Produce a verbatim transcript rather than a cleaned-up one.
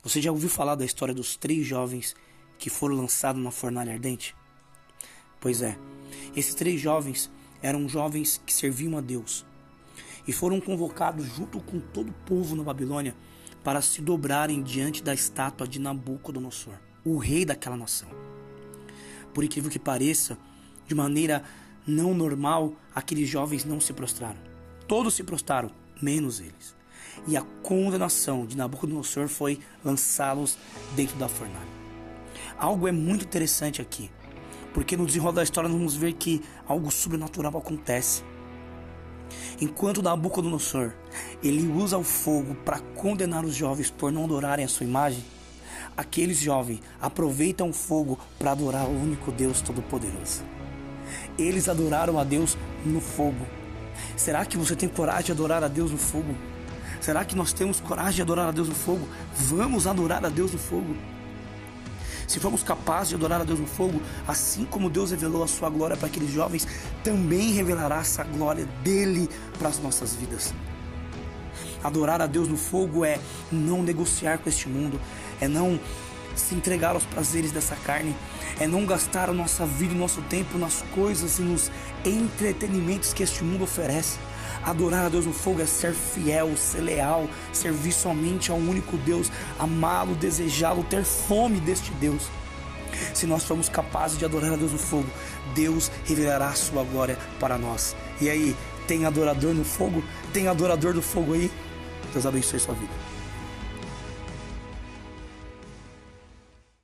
Você já ouviu falar da história dos três jovens que foram lançados na fornalha ardente? Pois é, esses três jovens eram jovens que serviam a Deus e foram convocados junto com todo o povo na Babilônia para se dobrarem diante da estátua de Nabucodonosor, o rei daquela nação. Por incrível que pareça, de maneira não normal, aqueles jovens não se prostraram. Todos se prostraram, menos eles. E a condenação de Nabucodonosor foi lançá-los dentro da fornalha. Algo é muito interessante aqui, porque no desenrolar da história nós vamos ver que algo sobrenatural acontece. Enquanto Nabucodonosor ele usa o fogo para condenar os jovens por não adorarem a sua imagem, aqueles jovens aproveitam o fogo para adorar o único Deus Todo-Poderoso. Eles adoraram a Deus no fogo. Será que você tem coragem de adorar a Deus no fogo? Será que nós temos coragem de adorar a Deus no fogo? Vamos adorar a Deus no fogo. Se formos capazes de adorar a Deus no fogo, assim como Deus revelou a sua glória para aqueles jovens, também revelará essa glória dele para as nossas vidas. Adorar a Deus no fogo é não negociar com este mundo, é não se entregar aos prazeres dessa carne, é não gastar a nossa vida e o nosso tempo nas coisas e nos entretenimentos que este mundo oferece. Adorar a Deus no fogo é ser fiel, ser leal, servir somente ao único Deus, amá-lo, desejá-lo, ter fome deste Deus. Se nós formos capazes de adorar a Deus no fogo, Deus revelará a sua glória para nós. E aí, tem adorador no fogo? Tem adorador do fogo aí? Deus abençoe sua vida.